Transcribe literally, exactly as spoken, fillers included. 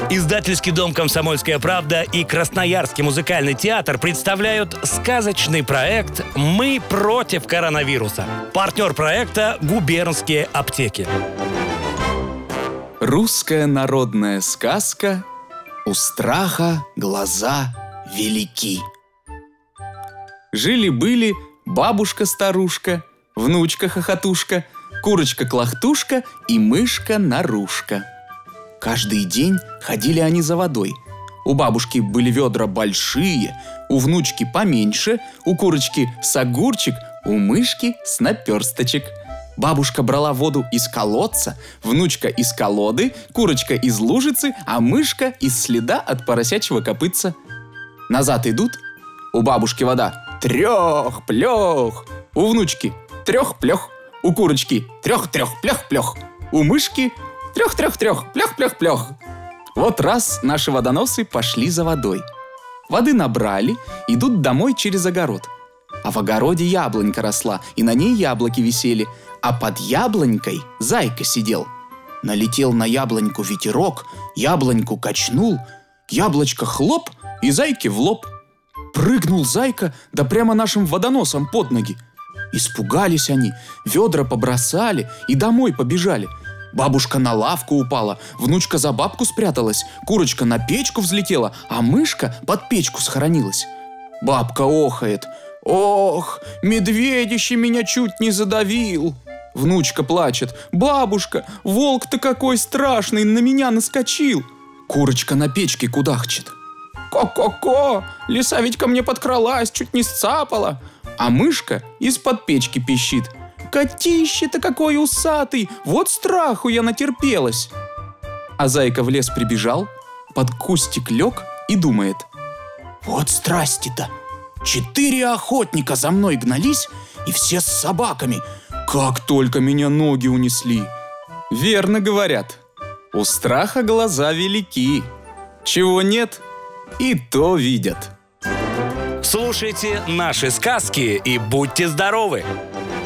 Издательский дом «Комсомольская правда» и Красноярский музыкальный театр представляют сказочный проект «Мы против коронавируса». Партнер проекта «Губернские аптеки». Русская народная сказка «У страха глаза велики». Жили-были бабушка-старушка, внучка-хохотушка, курочка-клохтушка и мышка-нарушка. Каждый день ходили они за водой. У бабушки были ведра большие, у внучки поменьше, у курочки с огурчик, у мышки с наперсточек. Бабушка брала воду из колодца, внучка из колоды, курочка из лужицы, а мышка из следа от поросячьего копытца. Назад идут. У бабушки вода трех-плех, у внучки трех-плех, у курочки трех-трех-плех-плех, у мышки трех-трех-трех, плех-плех-плех. Вот раз наши водоносы пошли за водой. Воды набрали, идут домой через огород. А в огороде яблонька росла, и на ней яблоки висели, а под яблонькой зайка сидел. Налетел на яблоньку ветерок, яблоньку качнул, яблочко хлоп и зайке в лоб. Прыгнул зайка, да прямо нашим водоносом под ноги. Испугались они, ведра побросали и домой побежали. Бабушка на лавку упала, внучка за бабку спряталась, курочка на печку взлетела, а мышка под печку схоронилась. Бабка охает: «Ох, медведище меня чуть не задавил!» Внучка плачет: «Бабушка, волк-то какой страшный, на меня наскочил!» Курочка на печке кудахчет: «Ко-ко-ко, лиса ведь ко мне подкралась, чуть не сцапала!» А мышка из-под печки пищит: «Котище-то какой усатый, вот страху я натерпелась!» А зайка в лес прибежал, под кустик лег и думает: «Вот страсти-то! Четыре охотника за мной гнались, и все с собаками, как только меня ноги унесли!» Верно говорят, у страха глаза велики, чего нет, и то видят. Слушайте наши сказки и будьте здоровы!